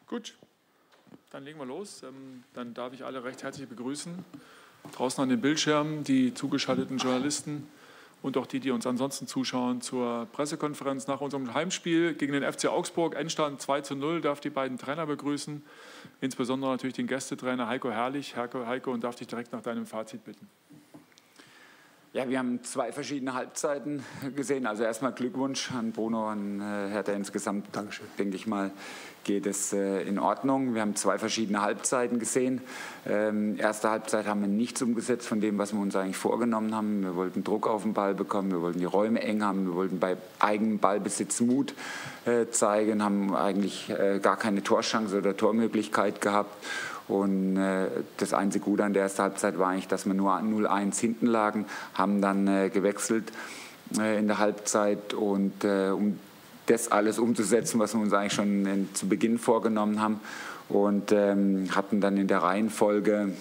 Gut, dann legen wir los. Dann darf ich alle recht herzlich begrüßen. Draußen an den Bildschirmen die zugeschalteten Journalisten und auch die, die uns ansonsten zuschauen, zur Pressekonferenz nach unserem Heimspiel gegen den FC Augsburg. Endstand 2:0, darf die beiden Trainer begrüßen, insbesondere natürlich den Gästetrainer Heiko Herrlich. Heiko, und darf dich direkt nach deinem Fazit bitten. Ja, wir haben zwei verschiedene Halbzeiten gesehen. Also erstmal Glückwunsch an Bruno, an Hertha insgesamt. Dankeschön. Denke ich mal, geht es in Ordnung. Wir haben zwei verschiedene Halbzeiten gesehen. Erste Halbzeit haben wir nichts umgesetzt von dem, was wir uns eigentlich vorgenommen haben. Wir wollten Druck auf den Ball bekommen, wir wollten die Räume eng haben, wir wollten bei eigenem Ballbesitz Mut zeigen, haben eigentlich gar keine Torchance oder Tormöglichkeit gehabt. Und das einzige Gute an der ersten Halbzeit war eigentlich, dass wir nur 0:1 hinten lagen, haben dann gewechselt in der Halbzeit und um das alles umzusetzen, was wir uns eigentlich schon zu Beginn vorgenommen haben, und hatten dann in der Reihenfolge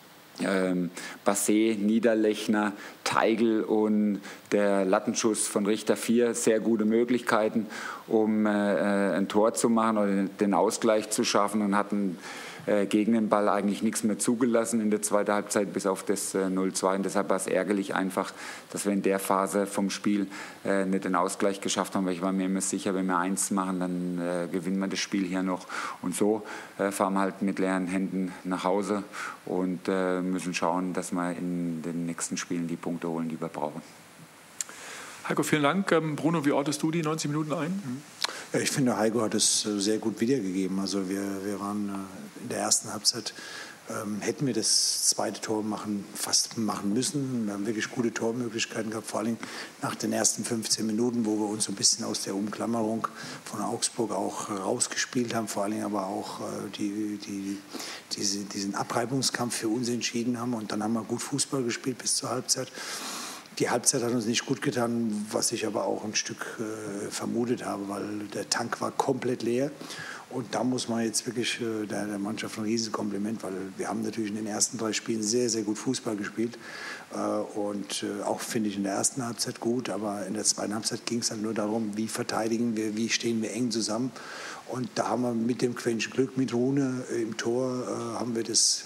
Basset, Niederlechner, Teigl und der Lattenschuss von Richter 4 sehr gute Möglichkeiten, um ein Tor zu machen oder den Ausgleich zu schaffen, und hatten gegen den Ball eigentlich nichts mehr zugelassen in der zweiten Halbzeit, bis auf das 0:2. Und deshalb war es ärgerlich einfach, dass wir in der Phase vom Spiel nicht den Ausgleich geschafft haben, weil ich war mir immer sicher, wenn wir 1 machen, dann gewinnen wir das Spiel hier noch. Und so fahren wir halt mit leeren Händen nach Hause und müssen schauen, dass wir in den nächsten Spielen die Punkte holen, die wir brauchen. Heiko, vielen Dank. Bruno, wie ordnest du die 90 Minuten ein? Ja, ich finde, Heiko hat es sehr gut wiedergegeben. Also wir waren in der ersten Halbzeit, hätten wir das zweite Tor fast machen müssen. Wir haben wirklich gute Tormöglichkeiten gehabt, vor allem nach den ersten 15 Minuten, wo wir uns so ein bisschen aus der Umklammerung von Augsburg auch rausgespielt haben, vor allem aber auch diesen Abreibungskampf für uns entschieden haben. Und dann haben wir gut Fußball gespielt bis zur Halbzeit. Die Halbzeit hat uns nicht gut getan, was ich aber auch ein Stück vermutet habe, weil der Tank war komplett leer. Und da muss man jetzt wirklich der Mannschaft ein Riesenkompliment, weil wir haben natürlich in den ersten 3 Spielen sehr, sehr gut Fußball gespielt. Und auch, finde ich, in der ersten Halbzeit gut. Aber in der zweiten Halbzeit ging es dann nur darum, wie verteidigen wir, wie stehen wir eng zusammen. Und da haben wir mit dem Quäntchen Glück, mit Rune im Tor, haben wir das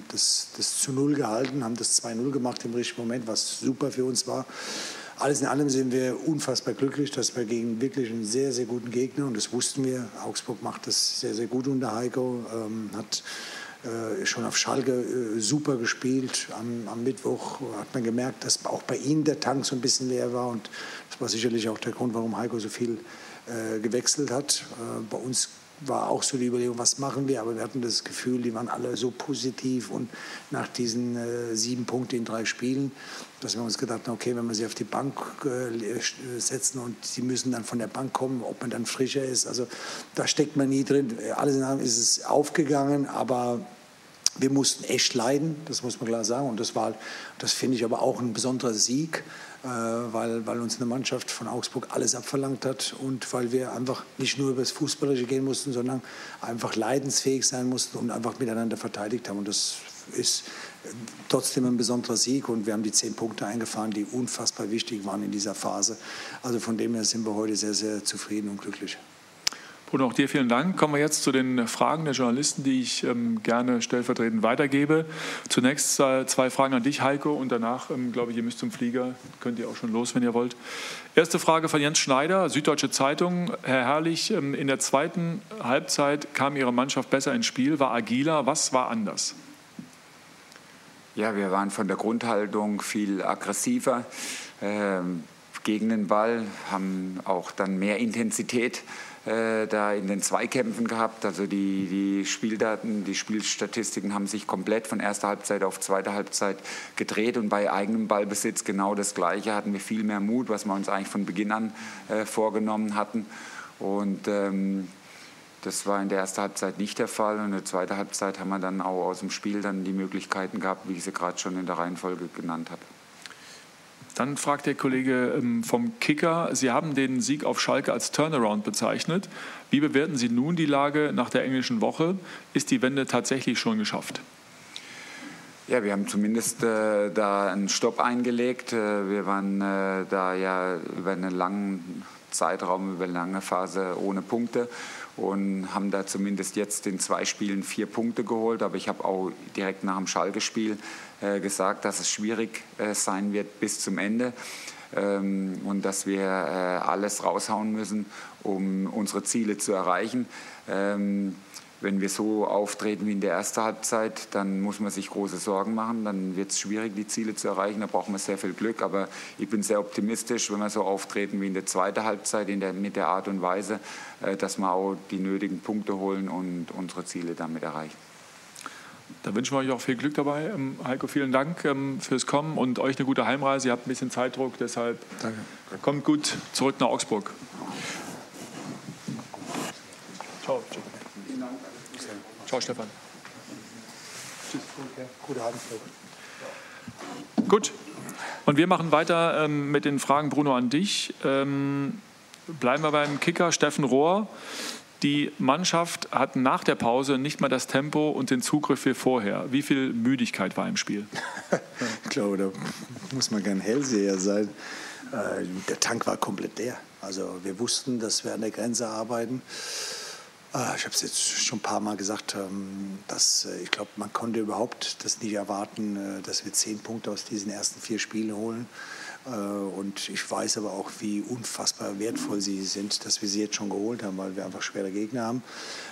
zu 0 gehalten, haben das 2:0 gemacht im richtigen Moment, was super für uns war. Alles in allem sind wir unfassbar glücklich, dass wir gegen wirklich einen sehr, sehr guten Gegner, und das wussten wir, Augsburg macht das sehr, sehr gut unter Heiko, hat schon auf Schalke super gespielt. Am Mittwoch hat man gemerkt, dass auch bei ihnen der Tank so ein bisschen leer war, und das war sicherlich auch der Grund, warum Heiko so viel gewechselt hat. Bei uns war auch so die Überlegung, was machen wir, aber wir hatten das Gefühl, die waren alle so positiv, und nach diesen 7 Punkten in 3 Spielen, dass wir uns gedacht haben, okay, wenn wir sie auf die Bank setzen und sie müssen dann von der Bank kommen, ob man dann frischer ist, also da steckt man nie drin. Alles in allem ist es aufgegangen, aber wir mussten echt leiden, das muss man klar sagen, und das finde ich aber auch ein besonderer Sieg, weil uns eine Mannschaft von Augsburg alles abverlangt hat und weil wir einfach nicht nur über das Fußballerische gehen mussten, sondern einfach leidensfähig sein mussten und einfach miteinander verteidigt haben. Und das ist trotzdem ein besonderer Sieg, und wir haben die 10 Punkte eingefahren, die unfassbar wichtig waren in dieser Phase. Also von dem her sind wir heute sehr, sehr zufrieden und glücklich. Bruno, auch dir vielen Dank. Kommen wir jetzt zu den Fragen der Journalisten, die ich gerne stellvertretend weitergebe. Zunächst 2 Fragen an dich, Heiko, und danach, glaube ich, ihr müsst zum Flieger. Könnt ihr auch schon los, wenn ihr wollt. Erste Frage von Jens Schneider, Süddeutsche Zeitung. Herr Herrlich, in der zweiten Halbzeit kam Ihre Mannschaft besser ins Spiel, war agiler. Was war anders? Ja, wir waren von der Grundhaltung viel aggressiver gegen den Ball, haben auch dann mehr Intensität da in den Zweikämpfen gehabt. Also die Spieldaten, die Spielstatistiken haben sich komplett von erster Halbzeit auf zweite Halbzeit gedreht, und bei eigenem Ballbesitz genau das Gleiche. Hatten wir viel mehr Mut, was wir uns eigentlich von Beginn an vorgenommen hatten. Und das war in der ersten Halbzeit nicht der Fall. Und in der zweiten Halbzeit haben wir dann auch aus dem Spiel dann die Möglichkeiten gehabt, wie ich sie gerade schon in der Reihenfolge genannt habe. Dann fragt der Kollege vom Kicker, Sie haben den Sieg auf Schalke als Turnaround bezeichnet. Wie bewerten Sie nun die Lage nach der englischen Woche? Ist die Wende tatsächlich schon geschafft? Ja, wir haben zumindest da einen Stopp eingelegt. Wir waren da ja über einen langen Zeitraum, über eine lange Phase ohne Punkte. und haben da zumindest jetzt in 2 Spielen 4 Punkte geholt. Aber ich habe auch direkt nach dem Schalke-Spiel gesagt, dass es schwierig sein wird bis zum Ende. Und dass wir alles raushauen müssen, um unsere Ziele zu erreichen. Wenn wir so auftreten wie in der ersten Halbzeit, dann muss man sich große Sorgen machen. Dann wird es schwierig, die Ziele zu erreichen. Da braucht man sehr viel Glück. Aber ich bin sehr optimistisch, wenn wir so auftreten wie in der zweiten Halbzeit, mit der Art und Weise, dass wir auch die nötigen Punkte holen und unsere Ziele damit erreichen. Da wünschen wir euch auch viel Glück dabei. Heiko, vielen Dank fürs Kommen und euch eine gute Heimreise. Ihr habt ein bisschen Zeitdruck, deshalb Danke. Kommt gut zurück nach Augsburg. Ciao. Ciao, Stefan. Tschüss. Gute Abend. Gut, und wir machen weiter mit den Fragen, Bruno, an dich. Bleiben wir beim Kicker Steffen Rohr. Die Mannschaft hat nach der Pause nicht mal das Tempo und den Zugriff wie vorher. Wie viel Müdigkeit war im Spiel? Ich glaube, da muss man kein Hellseher sein. Der Tank war komplett leer. Also wir wussten, dass wir an der Grenze arbeiten. Ich habe es jetzt schon ein paar Mal gesagt, dass ich glaube, man konnte überhaupt das nicht erwarten, dass wir 10 Punkte aus diesen ersten 4 Spielen holen. Und ich weiß aber auch, wie unfassbar wertvoll sie sind, dass wir sie jetzt schon geholt haben, weil wir einfach schwere Gegner haben.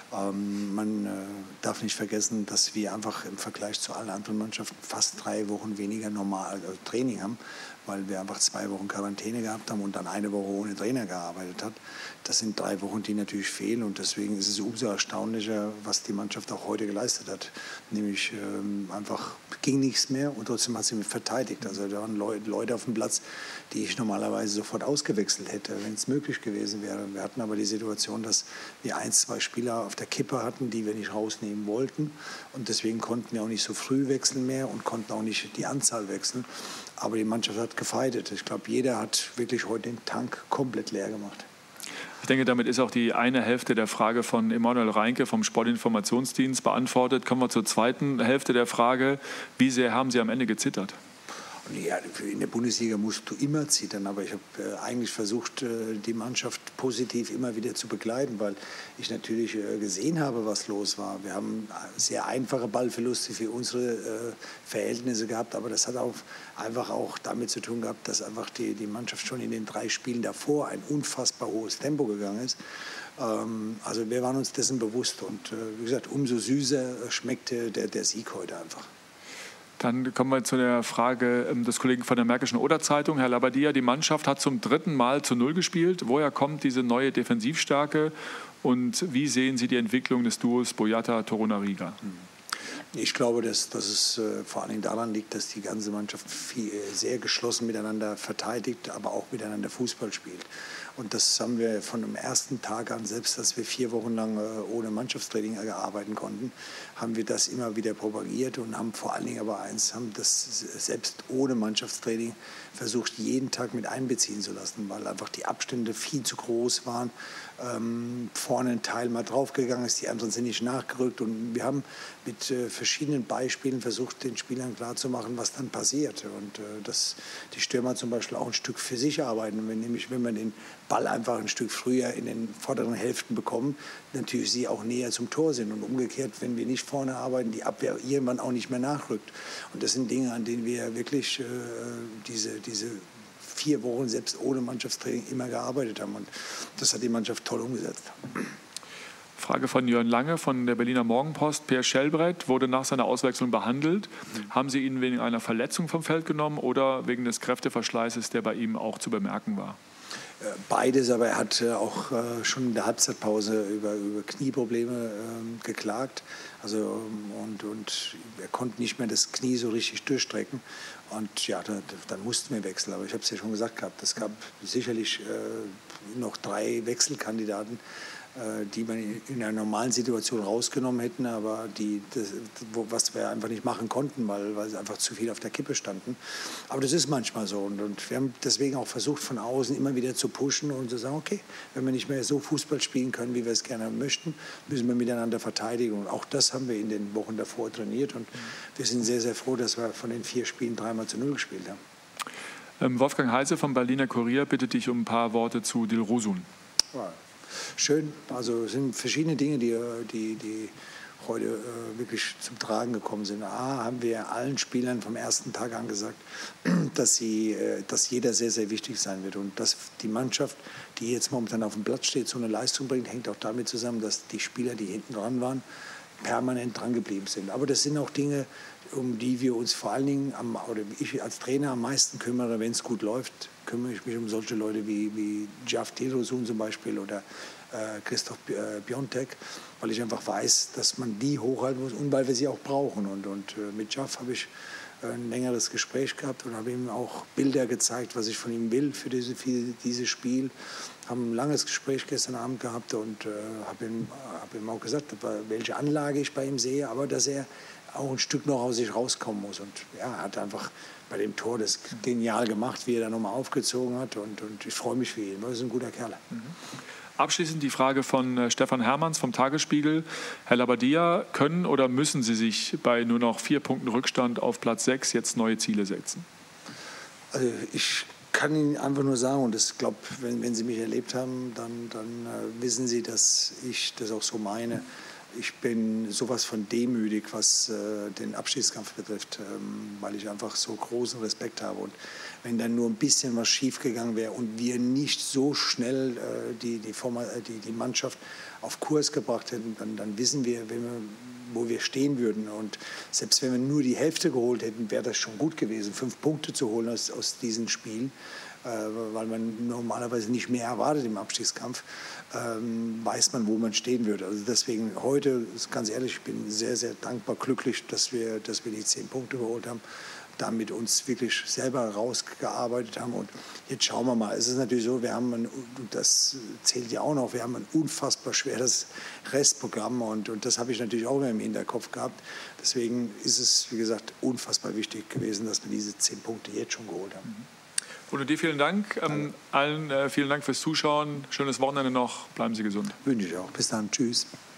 Man darf nicht vergessen, dass wir einfach im Vergleich zu allen anderen Mannschaften fast 3 Wochen weniger Training haben, weil wir einfach 2 Wochen Quarantäne gehabt haben und dann 1 Woche ohne Trainer gearbeitet hat. Das sind 3 Wochen, die natürlich fehlen und deswegen ist es umso erstaunlicher, was die Mannschaft auch heute geleistet hat. Nämlich einfach ging nichts mehr und trotzdem hat sie mich verteidigt. Also da waren Leute auf dem Platz, die ich normalerweise sofort ausgewechselt hätte, wenn es möglich gewesen wäre. Wir hatten aber die Situation, dass wir 1, 2 Spieler auf der Kippe hatten, die wir nicht rausnehmen wollten und deswegen konnten wir auch nicht so früh wechseln mehr und konnten auch nicht die Anzahl wechseln. Aber die Mannschaft hat gefeitet. Ich glaube, jeder hat wirklich heute den Tank komplett leer gemacht. Ich denke, damit ist auch die eine Hälfte der Frage von Emanuel Reinke vom Sportinformationsdienst beantwortet. Kommen wir zur zweiten Hälfte der Frage. Wie sehr haben Sie am Ende gezittert? Ja, in der Bundesliga musst du immer zittern, aber ich habe eigentlich versucht, die Mannschaft positiv immer wieder zu begleiten, weil ich natürlich gesehen habe, was los war. Wir haben sehr einfache Ballverluste für unsere Verhältnisse gehabt, aber das hat auch einfach auch damit zu tun gehabt, dass einfach die Mannschaft schon in den 3 Spielen davor ein unfassbar hohes Tempo gegangen ist. Also wir waren uns dessen bewusst und wie gesagt, umso süßer schmeckte der Sieg heute einfach. Dann kommen wir zu der Frage des Kollegen von der Märkischen Oder-Zeitung, Herr Labadia. Die Mannschaft hat zum 3. Mal zu 0 gespielt. Woher kommt diese neue Defensivstärke und wie sehen Sie die Entwicklung des Duos Boyata-Torunariga? Ich glaube, dass es vor allem daran liegt, dass die ganze Mannschaft sehr geschlossen miteinander verteidigt, aber auch miteinander Fußball spielt. Und das haben wir von dem ersten Tag an, selbst als wir 4 Wochen lang ohne Mannschaftstraining arbeiten konnten, haben wir das immer wieder propagiert und haben vor allen Dingen aber eins, haben das selbst ohne Mannschaftstraining versucht, jeden Tag mit einbeziehen zu lassen, weil einfach die Abstände viel zu groß waren. Vorne ein Teil mal draufgegangen ist, die anderen sind nicht nachgerückt und wir haben mit verschiedenen Beispielen versucht, den Spielern klarzumachen, was dann passiert und dass die Stürmer zum Beispiel auch ein Stück für sich arbeiten, wenn man den Ball einfach ein Stück früher in den vorderen Hälften bekommen, natürlich sie auch näher zum Tor sind und umgekehrt, wenn wir nicht vorne arbeiten, die Abwehr irgendwann auch nicht mehr nachrückt und das sind Dinge, an denen wir wirklich diese 4 Wochen selbst ohne Mannschaftstraining immer gearbeitet haben und das hat die Mannschaft toll umgesetzt. Frage von Jörn Lange von der Berliner Morgenpost. Per Schellbrett wurde nach seiner Auswechslung behandelt. Haben Sie ihn wegen einer Verletzung vom Feld genommen oder wegen des Kräfteverschleißes, der bei ihm auch zu bemerken war? Beides, aber er hat auch schon in der Halbzeitpause über Knieprobleme geklagt. Also, und er konnte nicht mehr das Knie so richtig durchstrecken. Und ja, dann mussten wir wechseln. Aber ich habe es ja schon gesagt gehabt, es gab sicherlich noch 3 Wechselkandidaten, die man in einer normalen Situation rausgenommen hätten, aber was wir einfach nicht machen konnten, weil sie einfach zu viel auf der Kippe standen. Aber das ist manchmal so und wir haben deswegen auch versucht, von außen immer wieder zu pushen und zu sagen, okay, wenn wir nicht mehr so Fußball spielen können, wie wir es gerne möchten, müssen wir miteinander verteidigen. Und auch das haben wir in den Wochen davor trainiert und wir sind sehr, sehr froh, dass wir von den 4 Spielen 3-mal zu 0 gespielt haben. Wolfgang Heise vom Berliner Kurier bittet dich um ein paar Worte zu Dilrosun. Ja. schön. Also es sind verschiedene Dinge, die heute wirklich zum Tragen gekommen sind. Haben wir allen Spielern vom ersten Tag an gesagt, dass jeder sehr, sehr wichtig sein wird. Und dass die Mannschaft, die jetzt momentan auf dem Platz steht, so eine Leistung bringt, hängt auch damit zusammen, dass die Spieler, die hinten dran waren, permanent dran geblieben sind. Aber das sind auch Dinge, um die wir uns vor allen Dingen, oder ich als Trainer am meisten kümmere, wenn es gut läuft, kümmere ich mich um solche Leute wie Jav Tedrosun zum Beispiel oder Christoph Piontek, weil ich einfach weiß, dass man die hochhalten muss und weil wir sie auch brauchen. Und mit Jav habe ich ein längeres Gespräch gehabt und habe ihm auch Bilder gezeigt, was ich von ihm will für dieses Spiel. Haben ein langes Gespräch gestern Abend gehabt und habe ihm auch gesagt, welche Anlage ich bei ihm sehe, aber dass er auch ein Stück noch aus sich rauskommen muss. Und ja, er hat einfach bei dem Tor das genial gemacht, wie er da nochmal aufgezogen hat. Und ich freue mich für ihn, weil er ist ein guter Kerl. Abschließend die Frage von Stefan Hermanns vom Tagesspiegel. Herr Labbadia, können oder müssen Sie sich bei nur noch 4 Punkten Rückstand auf Platz 6 jetzt neue Ziele setzen? Also ich kann Ihnen einfach nur sagen, und ich glaube, wenn Sie mich erlebt haben, dann wissen Sie, dass ich das auch so meine. Ich bin sowas von demütig, was den Abstiegskampf betrifft, weil ich einfach so großen Respekt habe. Und wenn dann nur ein bisschen was schiefgegangen wäre und wir nicht so schnell die Mannschaft auf Kurs gebracht hätten, dann wissen wir, wo wir stehen würden. Und selbst wenn wir nur die Hälfte geholt hätten, wäre das schon gut gewesen, 5 Punkte zu holen aus diesen Spielen. Weil man normalerweise nicht mehr erwartet im Abstiegskampf, weiß man, wo man stehen würde. Also deswegen heute, ganz ehrlich, ich bin sehr, sehr dankbar, glücklich, dass wir die 10 Punkte geholt haben, damit uns wirklich selber rausgearbeitet haben. Und jetzt schauen wir mal. Es ist natürlich so, das zählt ja auch noch, wir haben ein unfassbar schweres Restprogramm und das habe ich natürlich auch immer im Hinterkopf gehabt. Deswegen ist es, wie gesagt, unfassbar wichtig gewesen, dass wir diese 10 Punkte jetzt schon geholt haben. Und dir vielen Dank. Allen vielen Dank fürs Zuschauen. Schönes Wochenende noch. Bleiben Sie gesund. Wünsche ich auch. Bis dann. Tschüss.